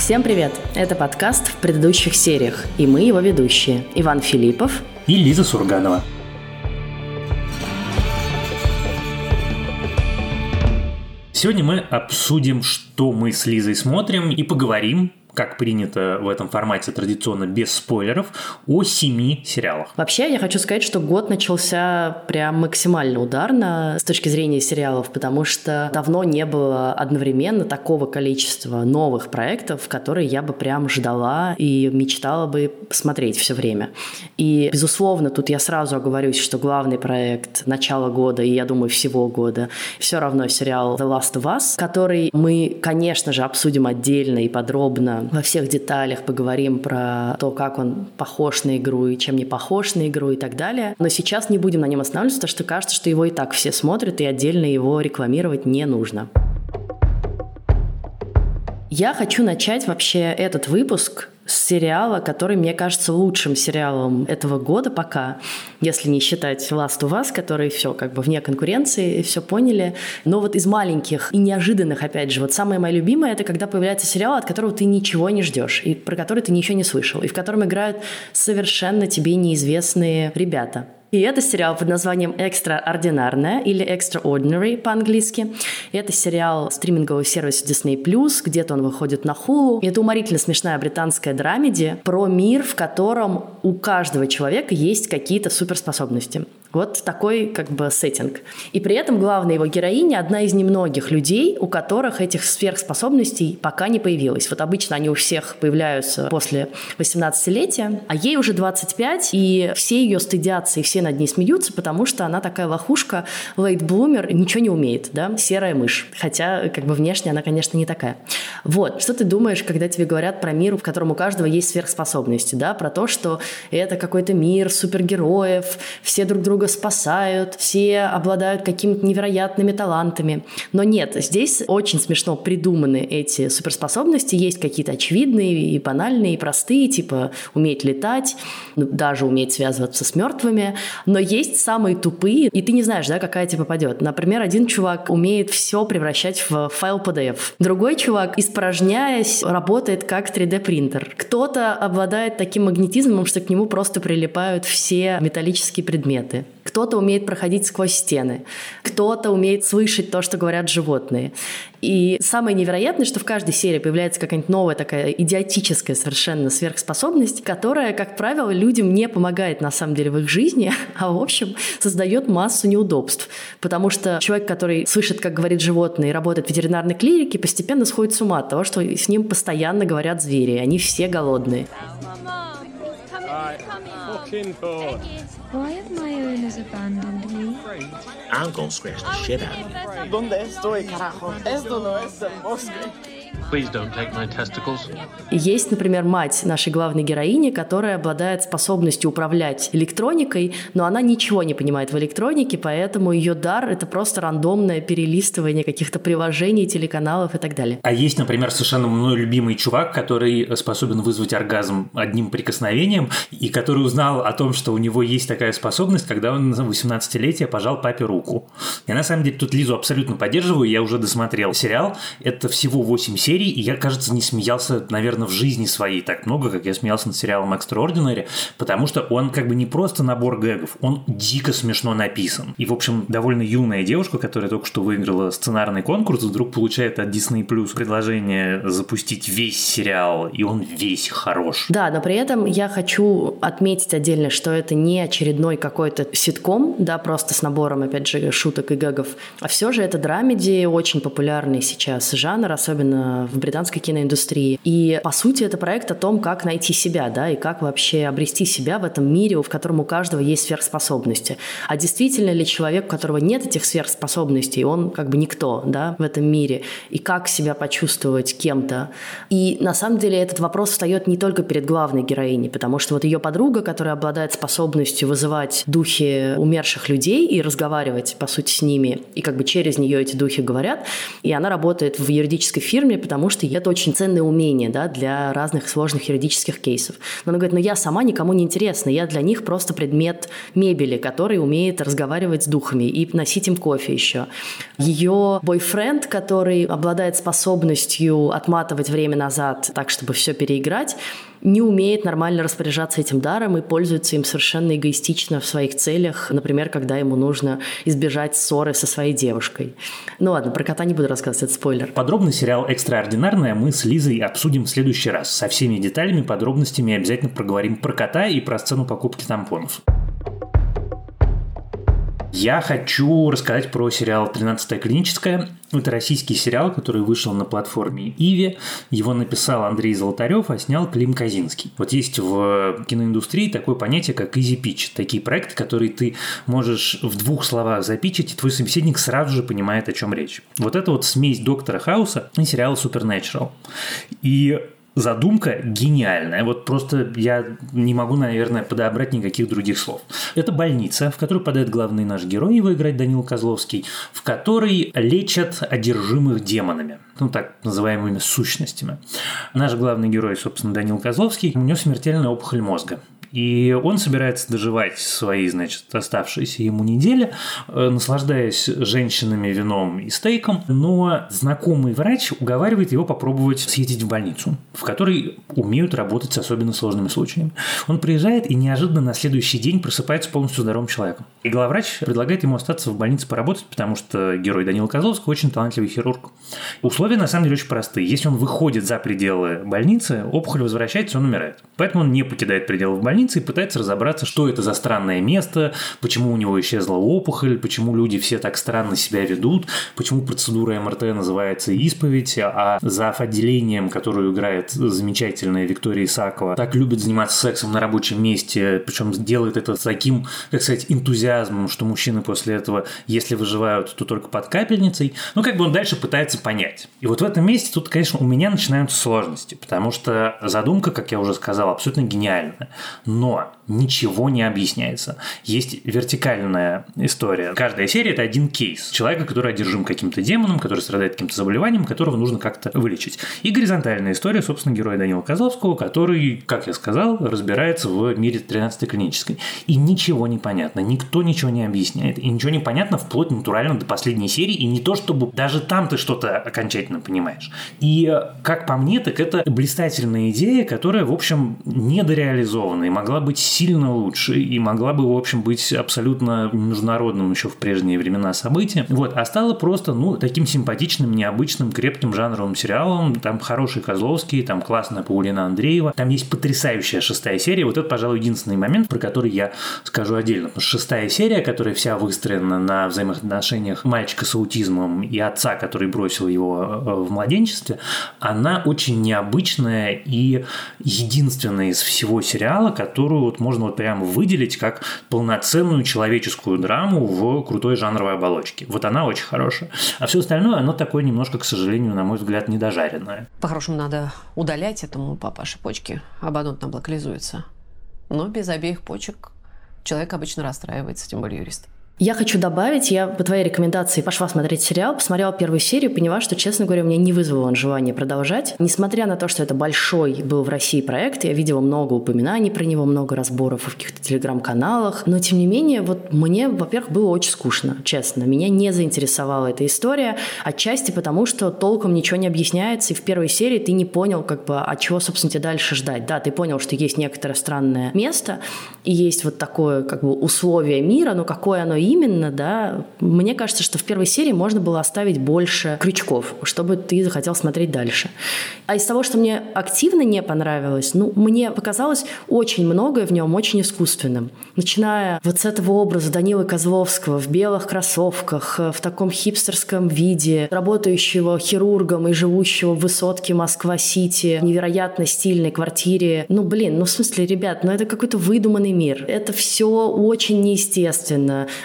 Всем привет! Это подкаст «В предыдущих сериях», и мы его ведущие Иван Филиппов и Лиза Сурганова. Сегодня мы обсудим, что мы с Лизой смотрим, и поговорим, как принято в этом формате традиционно, без спойлеров, о 7 сериалах. Вообще, я хочу сказать, что год начался прям максимально ударно с точки зрения сериалов, потому что давно не было одновременно такого количества новых проектов, которые я бы прям ждала и мечтала бы посмотреть все время. И, безусловно, тут я сразу оговорюсь, что главный проект начала года, и, я думаю, всего года, все равно сериал The Last of Us, который мы, конечно же, обсудим отдельно и подробно во всех деталях, поговорим про то, как он похож на игру и чем не похож на игру и так далее. Но сейчас не будем на нем останавливаться, потому что кажется, что его и так все смотрят, и отдельно его рекламировать не нужно. Я хочу начать вообще этот выпуск с сериала, который, мне кажется, лучшим сериалом этого года пока, если не считать Last of Us, который все как бы вне конкуренции, все поняли. Но вот из маленьких и неожиданных, опять же, вот самое мое любимое, это когда появляется сериал, от которого ты ничего не ждешь, и про который ты ничего не слышал, и в котором играют совершенно тебе неизвестные ребята. И это сериал под названием «Экстраординарная» или «Extraordinary» по-английски. Это сериал стримингового сервиса Disney+, где-то он выходит на Hulu. И это уморительно смешная британская драмеди про мир, в котором у каждого человека есть какие-то суперспособности. Вот такой как бы сеттинг. И при этом главная его героиня одна из немногих людей, у которых этих сверхспособностей пока не появилось. Вот обычно они у всех появляются после 18-летия, а ей уже 25, и все ее стыдятся, и все над ней смеются, потому что она такая лохушка, лейт-блумер, ничего не умеет, да, серая мышь. Хотя как бы внешне она, конечно, не такая. Вот. Что ты думаешь, когда тебе говорят про мир, в котором у каждого есть сверхспособности, да, про то, что это какой-то мир супергероев, все друг друга спасают, все обладают какими-то невероятными талантами. Но нет, здесь очень смешно придуманы эти суперспособности. Есть какие-то очевидные и банальные, и простые, типа уметь летать, даже уметь связываться с мертвыми. Но есть самые тупые, и ты не знаешь, да, какая тебе попадет. Например, один чувак умеет все превращать в файл PDF. Другой чувак, испражняясь, работает как 3D-принтер. Кто-то обладает таким магнетизмом, что к нему просто прилипают все металлические предметы. Кто-то умеет проходить сквозь стены, кто-то умеет слышать то, что говорят животные. И самое невероятное, что в каждой серии появляется какая-нибудь новая такая идиотическая совершенно сверхспособность, которая, как правило, людям не помогает на самом деле в их жизни, а в общем создает массу неудобств. Потому что человек, который слышит, как говорит животное, и работает в ветеринарной клинике, постепенно сходит с ума от того, что с ним постоянно говорят звери, они все голодные. Why have my owners abandoned me? I'm gonna scratch the shit out of you. ¿Dónde estoy, carajo? Esto no es el bosque. Please don't take my testicles. Есть, например, мать нашей главной героини, которая обладает способностью управлять электроникой, но она ничего не понимает в электронике, поэтому ее дар — это просто рандомное перелистывание каких-то приложений, телеканалов и так далее. А есть, например, совершенно мной любимый чувак, который способен вызвать оргазм одним прикосновением, и который узнал о том, что у него есть такая способность, когда он на 18-летие пожал папе руку. Я на самом деле тут Лизу абсолютно поддерживаю, я уже досмотрел сериал, это всего 8 серий, и я, кажется, не смеялся, наверное, в жизни своей так много, как я смеялся над сериалом Extraordinary, потому что он как бы не просто набор гэгов, он дико смешно написан. И, в общем, довольно юная девушка, которая только что выиграла сценарный конкурс, вдруг получает от Disney Plus предложение запустить весь сериал, и он весь хорош. Да, но при этом я хочу отметить отдельно, что это не очередной какой-то ситком, да, просто с набором, опять же, шуток и гэгов, а все же это драмеди, очень популярный сейчас жанр, особенно в британской киноиндустрии. И, по сути, это проект о том, как найти себя, да, и как вообще обрести себя в этом мире, в котором у каждого есть сверхспособности. А действительно ли человек, у которого нет этих сверхспособностей, он как бы никто, да, в этом мире? И как себя почувствовать кем-то? И, на самом деле, этот вопрос встает не только перед главной героиней, потому что вот ее подруга, которая обладает способностью вызывать духи умерших людей и разговаривать, по сути, с ними, и как бы через нее эти духи говорят, и она работает в юридической фирме, потому что это очень ценное умение, да, для разных сложных юридических кейсов. Но она говорит, я сама никому не интересна, я для них просто предмет мебели, который умеет разговаривать с духами и носить им кофе еще. Ее бойфренд, который обладает способностью отматывать время назад так, чтобы все переиграть, не умеет нормально распоряжаться этим даром и пользуется им совершенно эгоистично в своих целях, например, когда ему нужно избежать ссоры со своей девушкой. Ну ладно, про кота не буду рассказывать, это спойлер. Подробный сериал «Экстраординарное» мы с Лизой обсудим в следующий раз. Со всеми деталями, подробностями обязательно проговорим про кота и про сцену покупки тампонов. Я хочу рассказать про сериал «13-я клиническая». Это российский сериал, который вышел на платформе Иви. Его написал Андрей Золотарев, а снял Клим Козинский. Вот есть в киноиндустрии такое понятие, как easy pitch. Такие проекты, которые ты можешь в 2 словах запитчить, и твой собеседник сразу же понимает, о чем речь. Вот это вот смесь «Доктора Хауса» и сериала «Supernatural». И задумка гениальная. Вот просто я не могу, наверное, подобрать никаких других слов. Это больница, в которую попадает главный наш герой, его играет Данил Козловский, в которой лечат одержимых демонами. Так называемыми сущностями. Наш главный герой, собственно, Данил Козловский, у него смертельная опухоль мозга. И он собирается доживать свои, оставшиеся ему недели, наслаждаясь женщинами, вином и стейком. Но знакомый врач уговаривает его попробовать съездить в больницу, в которой умеют работать с особенно сложными случаями. Он приезжает и неожиданно на следующий день просыпается полностью здоровым человеком. И главврач предлагает ему остаться в больнице поработать, потому что герой Данила Козловского очень талантливый хирург. Условия, на самом деле, очень простые. Если он выходит за пределы больницы, опухоль возвращается, он умирает. Поэтому он не покидает пределы больницы и пытается разобраться, что это за странное место, почему у него исчезла опухоль, почему люди все так странно себя ведут, почему процедура МРТ называется исповедь, а зав. Отделением, которую играет замечательная Виктория Исакова, так любит заниматься сексом на рабочем месте, причем делает это с таким, энтузиазмом, что мужчины после этого, если выживают, то только под капельницей. Он дальше пытается понять. И вот в этом месте тут, конечно, у меня начинаются сложности, потому что задумка, как я уже сказал, абсолютно гениальная. Но ничего не объясняется. Есть вертикальная история. Каждая серия – это один кейс человека, который одержим каким-то демоном, который страдает каким-то заболеванием, которого нужно как-то вылечить. И горизонтальная история, собственно, героя Данила Козловского, который, как я сказал, разбирается в мире 13-й клинической. И ничего не понятно. Никто ничего не объясняет. И ничего не понятно вплоть натурально до последней серии. И не то, чтобы даже там ты что-то окончательно понимаешь. И, как по мне, так это блистательная идея, которая, в общем, недореализована и могла быть сильно лучше, и могла бы, в общем, быть абсолютно международным еще в прежние времена событием. А стало просто, таким симпатичным, необычным, крепким жанровым сериалом. Там хороший Козловский, там классная Паулина Андреева, там есть потрясающая 6-я серия. Вот это, пожалуй, единственный момент, про который я скажу отдельно. Потому что 6-я серия, которая вся выстроена на взаимоотношениях мальчика с аутизмом и отца, который бросил его в младенчестве, она очень необычная и единственная из всего сериала, которую можно прямо выделить как полноценную человеческую драму в крутой жанровой оболочке. Она очень хорошая. А все остальное, оно такое немножко, к сожалению, на мой взгляд, недожаренное. По-хорошему, надо удалять этому папаше почки. Абонент там локализуется. Но без обеих почек человек обычно расстраивается, тем более юрист. Я хочу добавить, я по твоей рекомендации пошла смотреть сериал, посмотрела первую серию, поняла, что, честно говоря, у меня не вызвало он желания продолжать. Несмотря на то, что это большой был в России проект, я видела много упоминаний про него, много разборов в каких-то телеграм-каналах, но, тем не менее, мне, во-первых, было очень скучно, честно. Меня не заинтересовала эта история, отчасти потому, что толком ничего не объясняется, и в первой серии ты не понял, от чего, собственно, тебе дальше ждать. Да, ты понял, что есть некоторое странное место, и есть такое, условие мира, но какое оно именно, да, мне кажется, что в первой серии можно было оставить больше крючков, чтобы ты захотел смотреть дальше. А из того, что мне активно не понравилось, мне показалось очень многое в нем очень искусственным. Начиная с этого образа Данилы Козловского в белых кроссовках, в таком хипстерском виде, работающего хирургом и живущего в высотке Москва-Сити, в невероятно стильной квартире. В смысле, ребят, это какой-то выдуманный мир. Это все очень неестественно.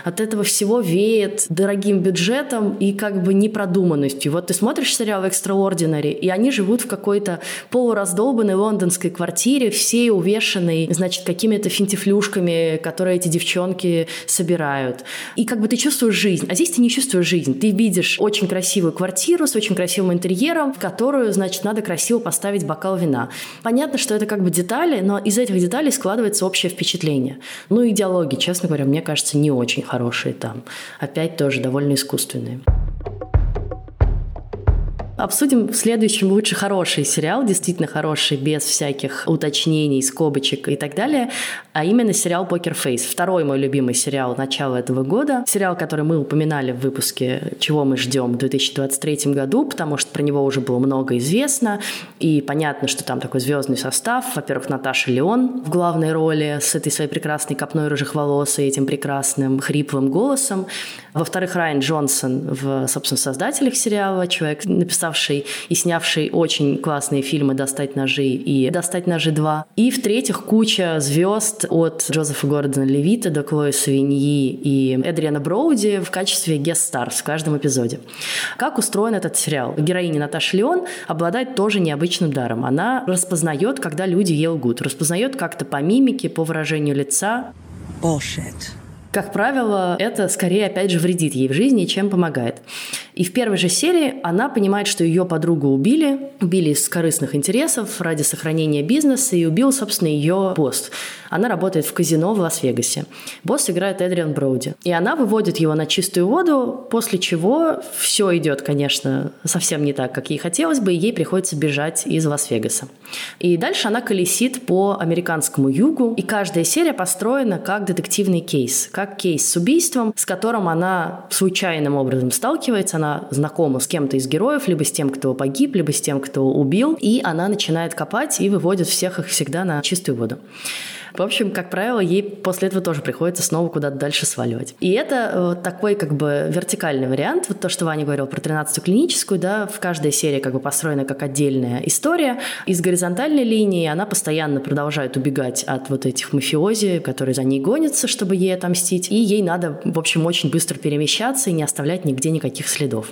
от этого всего веет дорогим бюджетом и как бы непродуманностью. Вот ты смотришь сериал «Extraordinary», и они живут в какой-то полураздолбанной лондонской квартире, все увешанной, значит, какими-то финтифлюшками, которые эти девчонки собирают. И как бы ты чувствуешь жизнь. А здесь ты не чувствуешь жизнь. Ты видишь очень красивую квартиру с очень красивым интерьером, в которую, значит, надо красиво поставить бокал вина. Понятно, что это как бы детали, но из этих деталей складывается общее впечатление. Ну и диалоги, честно говоря, мне кажется, не очень хорошие там. Опять тоже довольно искусственные. Обсудим в следующем лучше хороший сериал, действительно хороший, без всяких уточнений, скобочек и так далее, а именно сериал «Покер Фейс». Второй мой любимый сериал начала этого года. Сериал, который мы упоминали в выпуске «Чего мы ждем» в 2023 году, потому что про него уже было много известно, и понятно, что там такой звездный состав. Во-первых, Наташа Леон в главной роли с этой своей прекрасной копной рыжих волос и этим прекрасным хриплым голосом. Во-вторых, Райан Джонсон в, собственно, создателях сериала, человек, написавший и снявший очень классные фильмы «Достать ножи» и «Достать ножи 2». И, в-третьих, куча звезд от Джозефа Гордона-Левитта до Хлои Савиньи и Эдриана Броуди в качестве guest-stars в каждом эпизоде. Как устроен этот сериал? Героиня Наташа Леон обладает тоже необычным даром. Она распознает, когда люди ей лгут. Распознает как-то по мимике, по выражению лица. Bullshit. Как правило, это скорее, опять же, вредит ей в жизни, чем помогает. И в первой же серии она понимает, что ее подругу убили из корыстных интересов ради сохранения бизнеса, и убил, собственно, ее босс. Она работает в казино в Лас-Вегасе. Босс играет Эдриан Броуди. И она выводит его на чистую воду, после чего все идет, конечно, совсем не так, как ей хотелось бы, и ей приходится бежать из Лас-Вегаса. И дальше она колесит по американскому югу, и каждая серия построена как детективный кейс, как кейс с убийством, с которым она случайным образом сталкивается, она знакома с кем-то из героев, либо с тем, кто погиб, либо с тем, кто убил, и она начинает копать и выводит всех их всегда на чистую воду. В общем, как правило, ей после этого тоже приходится снова куда-то дальше сваливать. И это такой как бы вертикальный вариант. Вот то, что Ваня говорил про 13-ю клиническую, да, в каждой серии как бы построена как отдельная история. Из горизонтальной линии она постоянно продолжает убегать от вот этих мафиози, которые за ней гонятся, чтобы ей отомстить. И ей надо, в общем, очень быстро перемещаться и не оставлять нигде никаких следов.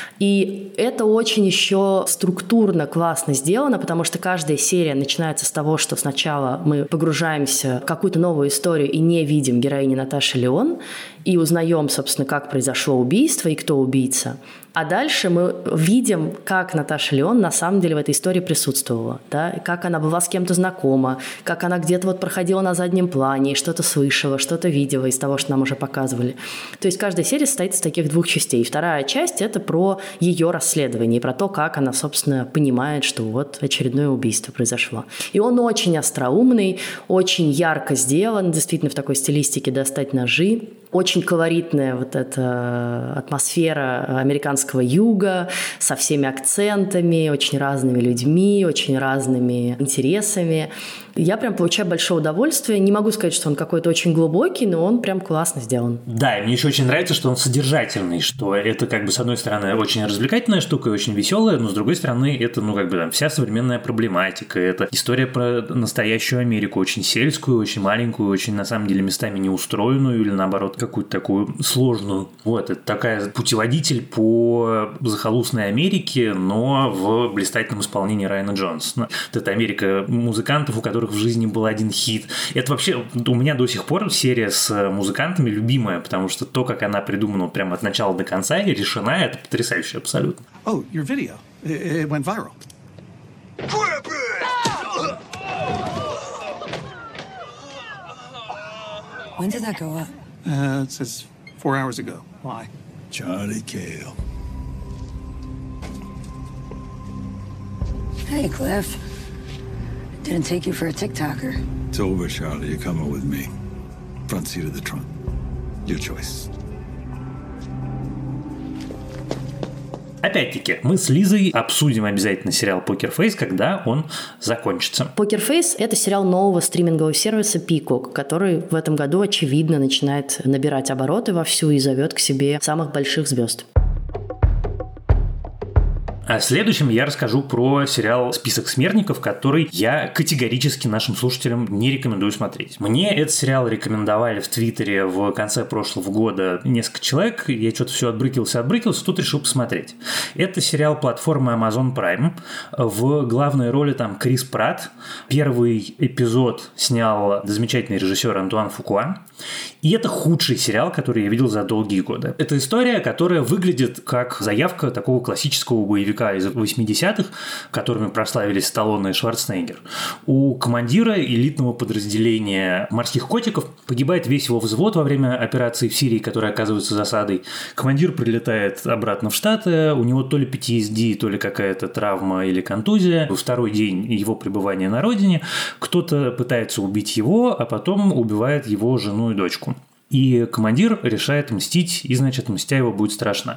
И это очень еще структурно классно сделано, потому что каждая серия начинается с того, что сначала мы погружаемся в какую-то новую историю и не видим героини Наташи Леон, и узнаем, собственно, как произошло убийство и кто убийца. А дальше мы видим, как Наташа Леон на самом деле в этой истории присутствовала, да? Как она была с кем-то знакома, как она где-то вот проходила на заднем плане и что-то слышала, что-то видела из того, что нам уже показывали. То есть каждая серия состоит из таких двух частей. Вторая часть – это про ее расследование, про то, как она, собственно, понимает, что вот очередное убийство произошло. И он очень остроумный, очень ярко сделан, действительно в такой стилистике «Достать ножи». Очень колоритная вот эта атмосфера американского юга со всеми акцентами, очень разными людьми, очень разными интересами. Я прям получаю большое удовольствие. Не могу сказать, что он какой-то очень глубокий, но он прям классно сделан. Да, и мне еще очень нравится, что он содержательный, что это как бы с одной стороны очень развлекательная штука и очень веселая, но с другой стороны это, ну, как бы там вся современная проблематика, это история про настоящую Америку, очень сельскую, очень маленькую, очень на самом деле местами неустроенную или наоборот какую-то такую сложную. Вот, это такая путеводитель по захолустной Америке, но в блистательном исполнении Райана Джонсона. Вот это Америка музыкантов, у которых в жизни был один хит. Это вообще у меня до сих пор серия с музыкантами любимая, потому что то, как она придумана прямо от начала до конца и решена, это потрясающе абсолютно. Oh, your video. It went viral. When did that go up? It says 4 hours ago. Why? Charlie Cale. Hey, Cliff. Didn't take you for a TikToker. It's over, Charlie. You're coming with me. Front seat of the trunk. Your choice. Опять-таки, мы с Лизой обсудим обязательно сериал «Покер Фейс», когда он закончится. «Покер Фейс» — это сериал нового стримингового сервиса Peacock, который в этом году, очевидно, начинает набирать обороты вовсю и зовет к себе самых больших звезд. А следующим я расскажу про сериал «Список смертников», который я категорически нашим слушателям не рекомендую смотреть. Мне этот сериал рекомендовали в Твиттере в конце прошлого года несколько человек. Я что-то все отбрыкивался, тут решил посмотреть. Это сериал платформы Amazon Prime. В главной роли там Крис Пратт. Первый эпизод снял замечательный режиссер Антуан Фукуа. И это худший сериал, который я видел за долгие годы. Это история, которая выглядит как заявка такого классического боевика из 80-х, которыми прославились Сталлоне и Шварценеггер. У командира элитного подразделения морских котиков погибает весь его взвод во время операции в Сирии, которая оказывается засадой. Командир прилетает обратно в Штаты, у него то ли PTSD, то ли какая-то травма или контузия. Во второй день его пребывания на родине кто-то пытается убить его, а потом убивает его жену и дочку. И командир решает мстить, и, значит, мстя его будет страшно.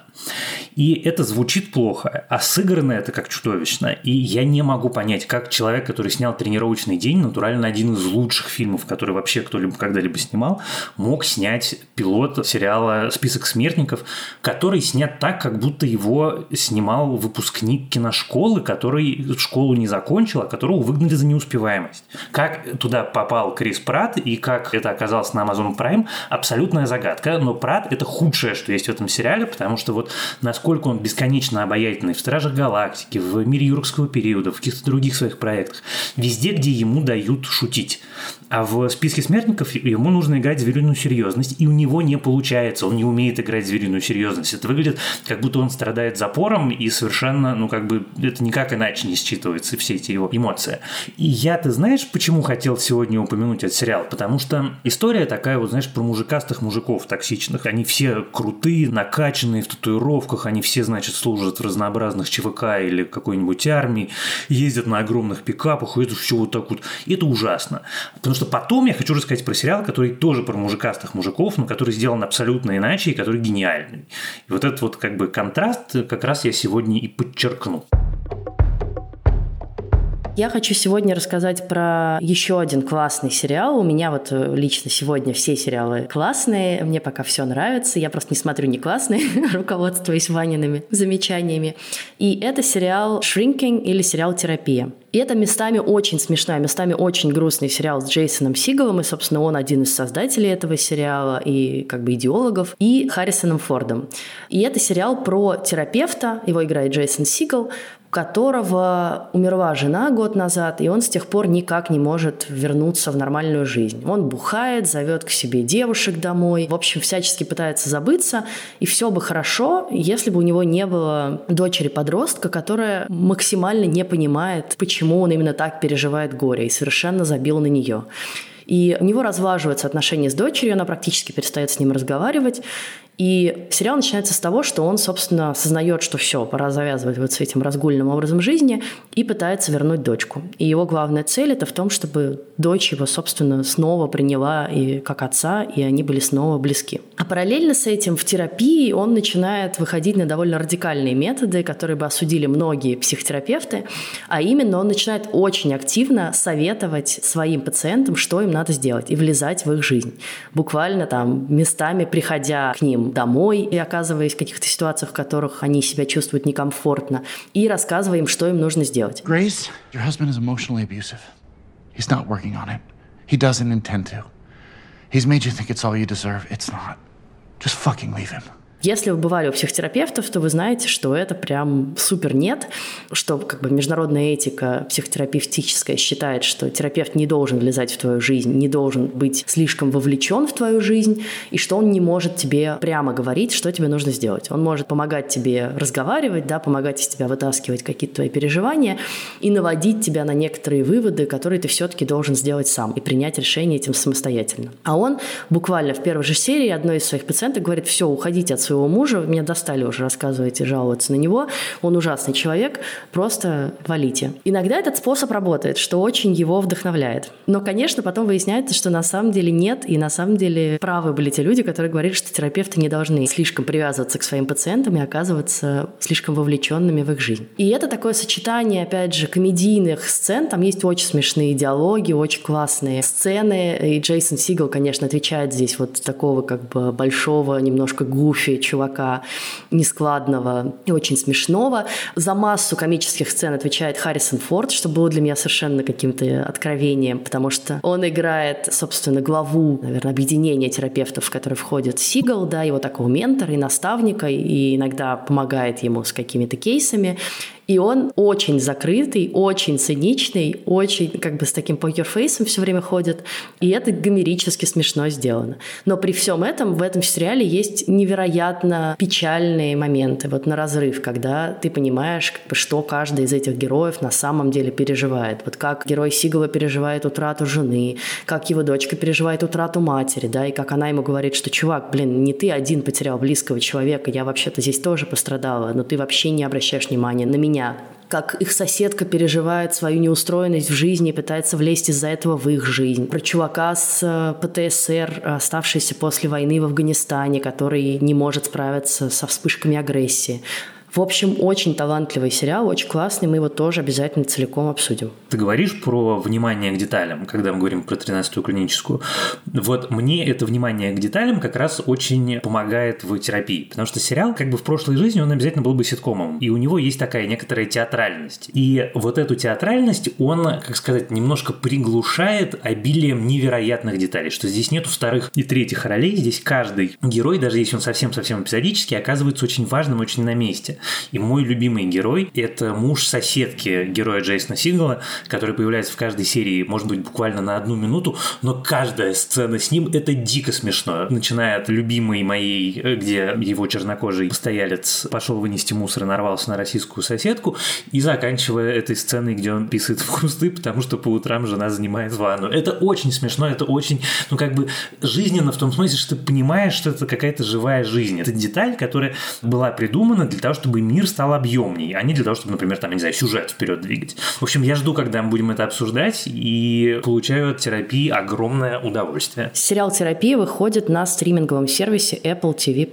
И это звучит плохо, а сыграно это как чудовищно. И я не могу понять, как человек, который снял «Тренировочный день», натурально один из лучших фильмов, который вообще кто-либо когда-либо снимал, мог снять пилот сериала «Список смертников», который снят так, как будто его снимал выпускник киношколы, который школу не закончил, а которого выгнали за неуспеваемость. Как туда попал Крис Пратт и как это оказалось на Amazon Prime – абсолютная загадка, но Пратт – это худшее, что есть в этом сериале, потому что вот насколько он бесконечно обаятельный в «Стражах Галактики», в «Мире юрского периода», в каких-то других своих проектах, везде, где ему дают шутить. А в «Списке смертников» ему нужно играть звериную серьезность, и у него не получается, он не умеет играть звериную серьезность. Это выглядит, как будто он страдает запором, и совершенно, это никак иначе не считывается, все эти его эмоции. И я, ты знаешь, почему хотел сегодня упомянуть этот сериал? Потому что история такая, про мужикастых мужиков токсичных. Они все крутые, накачанные в татуировках, они все, служат в разнообразных ЧВК или какой-нибудь армии, ездят на огромных пикапах, и это все вот так вот. И это ужасно. Потому что потом я хочу рассказать про сериал, который тоже про мужикастых мужиков, но который сделан абсолютно иначе и который гениальный. И вот этот вот контраст как раз я сегодня и подчеркну. Я хочу сегодня рассказать про еще один классный сериал. У меня лично сегодня все сериалы классные, мне пока все нравится. Я просто не смотрю не классные, руководствуясь Ваниными замечаниями. И это сериал «Shrinking» или сериал «Терапия». И это местами очень смешной, местами очень грустный сериал с Джейсоном Сигалом, и, собственно, он один из создателей этого сериала и идеологов, и Харрисоном Фордом. И это сериал про терапевта, его играет Джейсон Сигал, у которого умерла жена год назад, и он с тех пор никак не может вернуться в нормальную жизнь. Он бухает, зовет к себе девушек домой, в общем, всячески пытается забыться, и все бы хорошо, если бы у него не было дочери-подростка, которая максимально не понимает, почему он именно так переживает горе, и совершенно забил на нее. И у него разлаживаются отношения с дочерью, она практически перестает с ним разговаривать. И сериал начинается с того, что он, собственно, осознает, что все, пора завязывать с этим разгульным образом жизни, и пытается вернуть дочку. И его главная цель – это в том, чтобы дочь его, собственно, снова приняла и как отца, и они были снова близки. А параллельно с этим в терапии он начинает выходить на довольно радикальные методы, которые бы осудили многие психотерапевты, а именно он начинает очень активно советовать своим пациентам, что им надо сделать, и влезать в их жизнь. Буквально местами приходя к ним домой и оказываясь в каких-то ситуациях, в которых они себя чувствуют некомфортно, и рассказывая им, что им нужно сделать. Grace, your husband is emotionally abusive. He's not working on it. He doesn't intend to. He's made you think it's all you deserve. It's not. Just fucking leave him. Если вы бывали у психотерапевтов, то вы знаете, что это прям супер нет, что международная этика психотерапевтическая считает, что терапевт не должен влезать в твою жизнь, не должен быть слишком вовлечен в твою жизнь, и что он не может тебе прямо говорить, что тебе нужно сделать. Он может помогать тебе разговаривать, помогать из тебя вытаскивать какие-то твои переживания и наводить тебя на некоторые выводы, которые ты все-таки должен сделать сам и принять решение этим самостоятельно. А он буквально в первой же серии одной из своих пациенток говорит: все, уходите от своего мужа, вы меня достали уже, рассказываете, жаловаться на него, он ужасный человек, просто валите. Иногда этот способ работает, что очень его вдохновляет. Но, конечно, потом выясняется, что на самом деле нет, и на самом деле правы были те люди, которые говорили, что терапевты не должны слишком привязываться к своим пациентам и оказываться слишком вовлеченными в их жизнь. И это такое сочетание, опять же, комедийных сцен, там есть очень смешные диалоги, очень классные сцены, и Джейсон Сигал, конечно, отвечает здесь такого большого, немножко гуфи игры чувака нескладного и очень смешного. За массу комических сцен отвечает Харрисон Форд, что было для меня совершенно каким-то откровением, потому что он играет, собственно, главу, наверное, объединения терапевтов, в который входит Сигал, да, его такого ментора и наставника, и иногда помогает ему с какими-то кейсами. И он очень закрытый, очень циничный, очень как бы с таким покерфейсом все время ходит. И это гомерически смешно сделано. Но при всем этом в этом сериале есть невероятно печальные моменты, вот на разрыв, когда ты понимаешь, как бы, что каждый из этих героев на самом деле переживает. Вот как герой Сигала переживает утрату жены, как его дочка переживает утрату матери, да, и как она ему говорит, что, чувак, блин, не ты один потерял близкого человека, я вообще-то здесь тоже пострадала, но ты вообще не обращаешь внимания на меня. Как их соседка переживает свою неустроенность в жизни и пытается влезть из-за этого в их жизнь. Про чувака с ПТСР, оставшийся после войны в Афганистане, который не может справиться со вспышками агрессии. В общем, очень талантливый сериал, очень классный, мы его тоже обязательно целиком обсудим. Ты говоришь про внимание к деталям, когда мы говорим про 13-ю клиническую. Вот мне это внимание к деталям как раз очень помогает в терапии, потому что сериал, как бы в прошлой жизни, он обязательно был бы ситкомом, и у него есть такая некоторая театральность. И вот эту театральность он, как сказать, немножко приглушает обилием невероятных деталей, что здесь нету вторых и третьих ролей, здесь каждый герой, даже если он совсем-совсем эпизодический, оказывается очень важным, очень на месте. И мой любимый герой – это муж соседки героя Джейсона Сигала, который появляется в каждой серии, может быть, буквально на 1 минуту, но каждая сцена с ним – это дико смешно. Начиная от любимой моей, где его чернокожий постоялец пошел вынести мусор и нарвался на российскую соседку, и заканчивая этой сценой, где он писает в кусты, потому что по утрам жена занимает ванну. Это очень смешно, это очень, жизненно в том смысле, что ты понимаешь, что это какая-то живая жизнь. Это деталь, которая была придумана для того, чтобы мир стал объемнее, а не для того, чтобы, например, сюжет вперед двигать. В общем, я жду, когда мы будем это обсуждать, и получаю от терапии огромное удовольствие. Сериал «Терапия» выходит на стриминговом сервисе Apple TV+.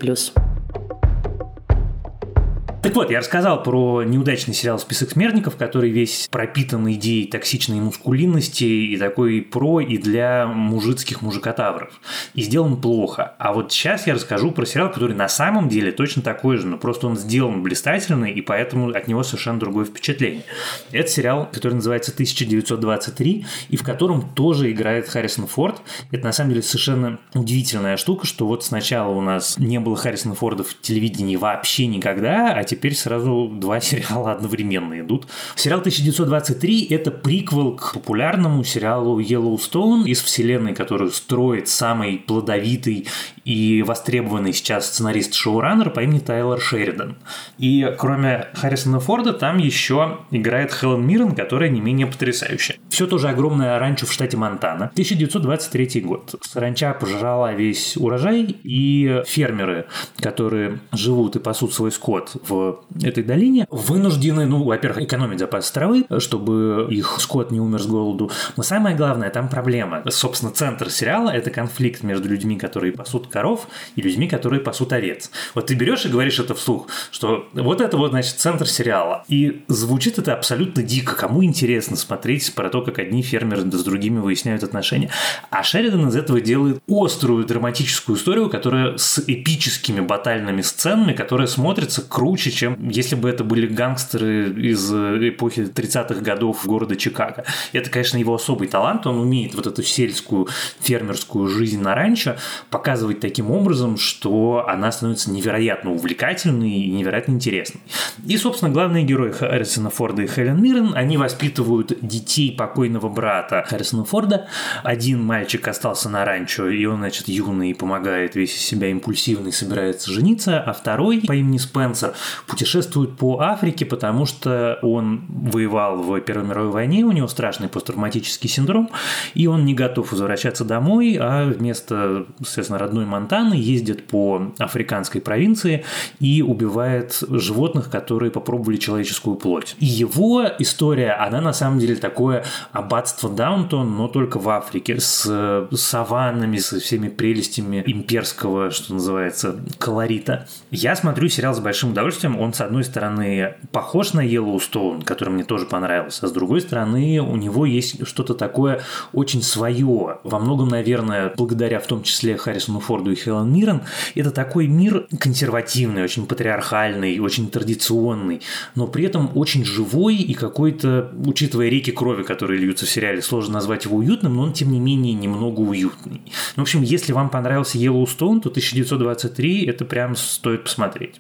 Так вот, я рассказал про неудачный сериал «Список смертников», который весь пропитан идеей токсичной маскулинности и такой про и для мужицких мужикотавров. И сделан плохо. А вот сейчас я расскажу про сериал, который на самом деле точно такой же, но просто он сделан блистательно, и поэтому от него совершенно другое впечатление. Это сериал, который называется «1923», и в котором тоже играет Харрисон Форд. Это на самом деле совершенно удивительная штука, что вот сначала у нас не было Харрисона Форда в телевидении вообще никогда, а теперь сразу 2 сериала одновременно идут. Сериал 1923 – это приквел к популярному сериалу Yellowstone из вселенной, которую строит самый плодовитый и востребованный сейчас сценарист-шоураннер по имени Тайлер Шеридан. И кроме Харрисона Форда там еще играет Хелен Миррен, которая не менее потрясающая. Все тоже огромное ранчо в штате Монтана. 1923 год. Саранча пожрала весь урожай, и фермеры, которые живут и пасут свой скот в этой долине, вынуждены, во-первых, экономить запас травы, чтобы их скот не умер с голоду. Но самое главное, там проблема. Собственно, центр сериала – это конфликт между людьми, которые пасут коров, и людьми, которые пасут овец. Вот ты берешь и говоришь это вслух, что вот это вот, значит, центр сериала. И звучит это абсолютно дико. Кому интересно смотреть про то, как одни фермеры с другими выясняют отношения. А Шеридан из этого делает острую драматическую историю, которая с эпическими батальными сценами, которая смотрится круче, чем если бы это были гангстеры из эпохи 30-х годов города Чикаго. Это, конечно, его особый талант. Он умеет вот эту сельскую фермерскую жизнь на ранчо показывать таким образом, что она становится невероятно увлекательной и невероятно интересной. И, собственно, главные герои Харрисона Форда и Хелен Миррен, они воспитывают детей покойного брата Харрисона Форда. Один мальчик остался на ранчо, и он, значит, юный и помогает, весь из себя импульсивный, собирается жениться, а второй по имени Спенсер путешествует по Африке, потому что он воевал в Первой мировой войне, у него страшный посттравматический синдром, и он не готов возвращаться домой, а вместо, соответственно, родной Монтаны ездит по африканской провинции и убивает животных, которые попробовали человеческую плоть. И его история, она на самом деле такое аббатство Даунтон, но только в Африке, с саваннами, со всеми прелестями имперского, что называется, колорита. Я смотрю сериал с большим удовольствием. Он, с одной стороны, похож на Yellowstone, который мне тоже понравился, а с другой стороны, у него есть что-то такое очень свое. Во многом, наверное, благодаря в том числе Харрисону Форду Форду и Хелен Миррен. Это такой мир консервативный, очень патриархальный, очень традиционный, но при этом очень живой и какой-то, учитывая реки крови, которые льются в сериале, сложно назвать его уютным, но он, тем не менее, немного уютный. В общем, если вам понравился Йеллоустоун, то 1923 это прям стоит посмотреть.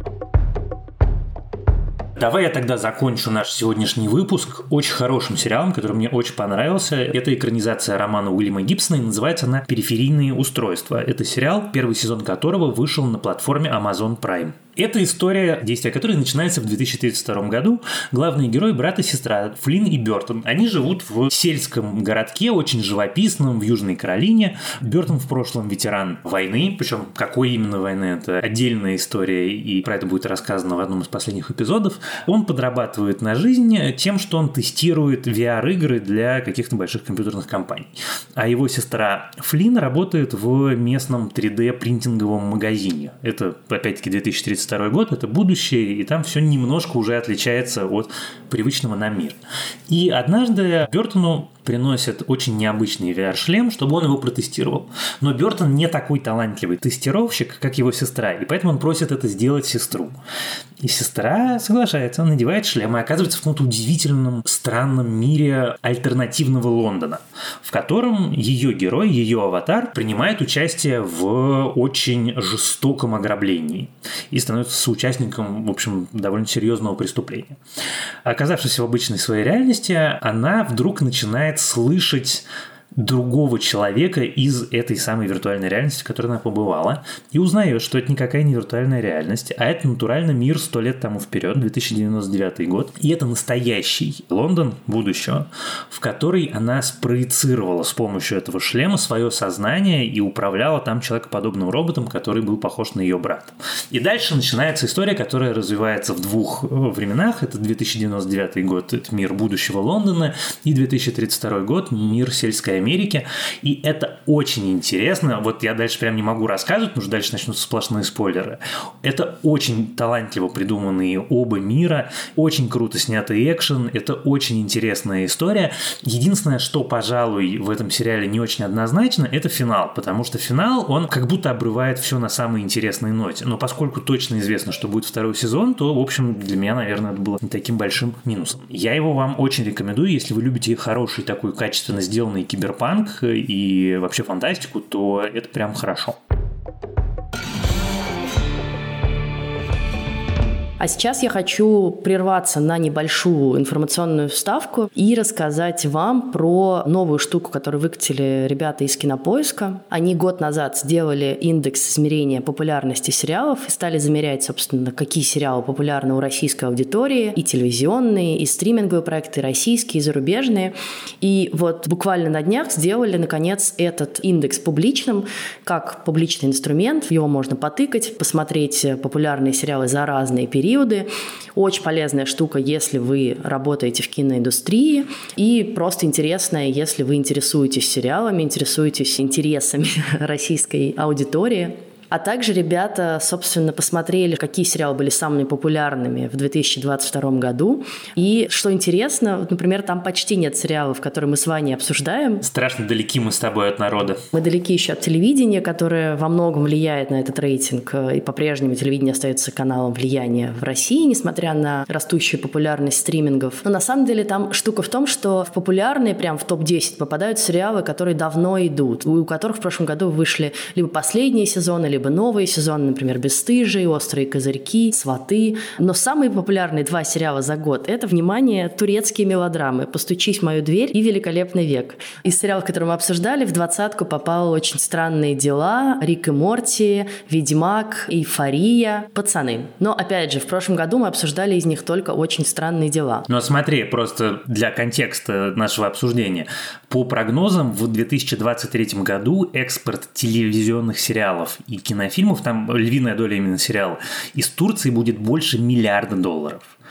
Давай я тогда закончу наш сегодняшний выпуск очень хорошим сериалом, который мне очень понравился. Это экранизация романа Уильяма Гибсона, и называется она «Периферийные устройства». Это сериал, первый сезон которого вышел на платформе Amazon Prime. Это история, действие которой начинается в 2032 году. Главные герои – брат и сестра Флинн и Бёртон. Они живут в сельском городке, очень живописном, в Южной Каролине. Бёртон в прошлом ветеран войны, причем какой именно войны – это отдельная история, и про это будет рассказано в одном из последних эпизодов. Он подрабатывает на жизнь тем, что он тестирует VR-игры для каких-то больших компьютерных компаний. А его сестра Флинн работает в местном 3D-принтинговом магазине. Это, опять-таки, 2032 год, это будущее, и там все немножко уже отличается от привычного нам мира. И однажды Бёртону приносят очень необычный VR-шлем, чтобы он его протестировал. Но Бёртон не такой талантливый тестировщик, как его сестра, и поэтому он просит это сделать сестру. И сестра соглашается, он надевает шлем и оказывается в каком-то удивительном, странном мире альтернативного Лондона, в котором ее герой, ее аватар принимает участие в очень жестоком ограблении и становится соучастником, в общем, довольно серьезного преступления. Оказавшись в обычной своей реальности, она вдруг начинает слышать другого человека из этой самой виртуальной реальности, в которой она побывала, и узнает, что это никакая не виртуальная реальность, а это натуральный мир 100 лет тому вперед, 2099 год, и это настоящий Лондон будущего, в который она спроецировала с помощью этого шлема свое сознание и управляла там человекоподобным роботом, который был похож на ее брата. И дальше начинается история, которая развивается в двух временах. Это 2099 год, это мир будущего Лондона, и 2032 год, мир сельской Америки, и это очень интересно. Вот я дальше прям не могу рассказывать, потому что дальше начнутся сплошные спойлеры. Это очень талантливо придуманные оба мира, очень круто снятый экшен, это очень интересная история. Единственное, что, пожалуй, в этом сериале не очень однозначно, это финал, потому что финал, он как будто обрывает все на самой интересной ноте. Но поскольку точно известно, что будет второй сезон, то, в общем, для меня, наверное, это было не таким большим минусом. Я его вам очень рекомендую, если вы любите хороший такой качественно сделанный киберпанк и вообще фантастику, то это прям хорошо. А сейчас я хочу прерваться на небольшую информационную вставку и рассказать вам про новую штуку, которую выкатили ребята из Кинопоиска. Они год назад сделали индекс измерения популярности сериалов и стали замерять, собственно, какие сериалы популярны у российской аудитории, и телевизионные, и стриминговые проекты, и российские, и зарубежные. И вот буквально на днях сделали, наконец, этот индекс публичным, как публичный инструмент. Его можно потыкать, посмотреть популярные сериалы за разные периоды. Очень полезная штука, если вы работаете в киноиндустрии, и просто интересная, если вы интересуетесь сериалами, интересуетесь интересами российской аудитории. А также ребята, собственно, посмотрели, какие сериалы были самыми популярными в 2022 году. И что интересно, например, там почти нет сериалов, которые мы с Ваней обсуждаем. Страшно далеки мы с тобой от народа. Мы далеки еще от телевидения, которое во многом влияет на этот рейтинг. И по-прежнему телевидение остается каналом влияния в России, несмотря на растущую популярность стримингов. Но на самом деле там штука в том, что в популярные, прям в топ-10 попадают сериалы, которые давно идут, у которых в прошлом году вышли либо последние сезоны, либо новые сезоны, например, «Бесстыжие», «Острые козырьки», «Сваты». Но самые популярные 2 сериала за год – это, внимание, турецкие мелодрамы «Постучись в мою дверь» и «Великолепный век». Из сериалов, которые мы обсуждали, в 20-ку попало «Очень странные дела», «Рик и Морти», «Ведьмак», «Эйфория», «Пацаны». Но, опять же, в прошлом году мы обсуждали из них только «Очень странные дела». Но смотри, просто для контекста нашего обсуждения. По прогнозам, в 2023 году экспорт телевизионных сериалов и кинофильмов, там львиная доля именно сериала, из Турции будет больше $1 миллиард.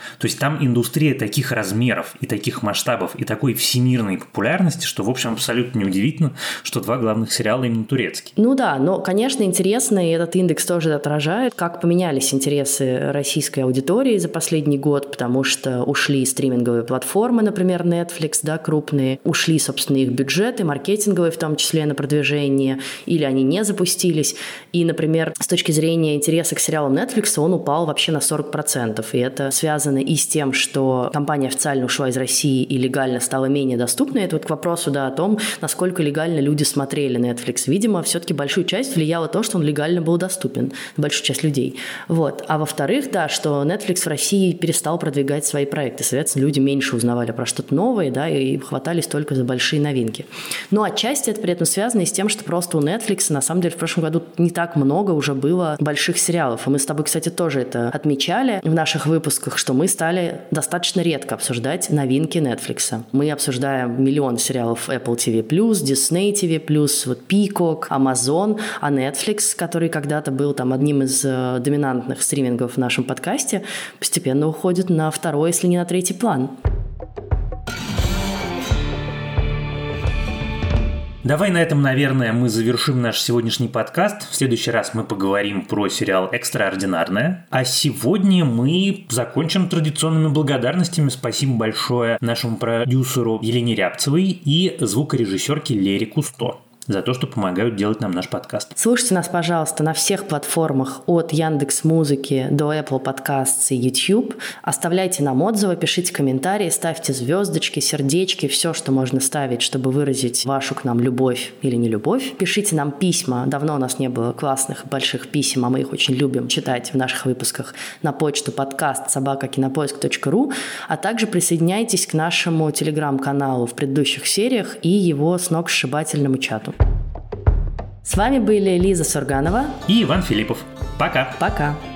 То есть там индустрия таких размеров и таких масштабов и такой всемирной популярности, что, в общем, абсолютно неудивительно, что 2 главных сериала именно турецкие. Ну да, но, конечно, интересно, и этот индекс тоже отражает, как поменялись интересы российской аудитории за последний год, потому что ушли стриминговые платформы, например, Netflix, да, крупные, ушли, собственно, их бюджеты, маркетинговые в том числе на продвижение, или они не запустились. И, например, с точки зрения интереса к сериалам Netflix, он упал вообще на 40%. И это связано и с тем, что компания официально ушла из России и легально стала менее доступной. Это вот к вопросу, да, о том, насколько легально люди смотрели Netflix. Видимо, все-таки большую часть влияло то, что он легально был доступен. Большую часть людей. Вот. А во-вторых, да, что Netflix в России перестал продвигать свои проекты. Соответственно, люди меньше узнавали про что-то новое, да, и хватались только за большие новинки. Но отчасти это при этом связано и с тем, что просто у Netflix, на самом деле, в прошлом году не так много уже было больших сериалов. И мы с тобой, кстати, тоже это отмечали в наших выпусках, что мы стали достаточно редко обсуждать новинки Netflix. Мы обсуждаем миллион сериалов Apple TV+, Disney TV+, вот Peacock, Amazon, а Netflix, который когда-то был там одним из доминантных стримингов в нашем подкасте, постепенно уходит на второй, если не на третий план. Давай на этом, наверное, мы завершим наш сегодняшний подкаст. В следующий раз мы поговорим про сериал «Экстраординарное». А сегодня мы закончим традиционными благодарностями. Спасибо большое нашему продюсеру Елене Рябцевой и звукорежиссерке Лере Кусто за то, что помогают делать нам наш подкаст. Слушайте нас, пожалуйста, на всех платформах от Яндекс.Музыки до Apple Podcasts и YouTube. Оставляйте нам отзывы, пишите комментарии, ставьте звездочки, сердечки, все, что можно ставить, чтобы выразить вашу к нам любовь или не любовь. Пишите нам письма. Давно у нас не было классных больших писем, а мы их очень любим читать в наших выпусках на почту podcast@kinopoisk.ru, а также присоединяйтесь к нашему телеграм-каналу в предыдущих сериях и его сногсшибательному чату. С вами были Лиза Сурганова и Иван Филиппов. Пока. Пока.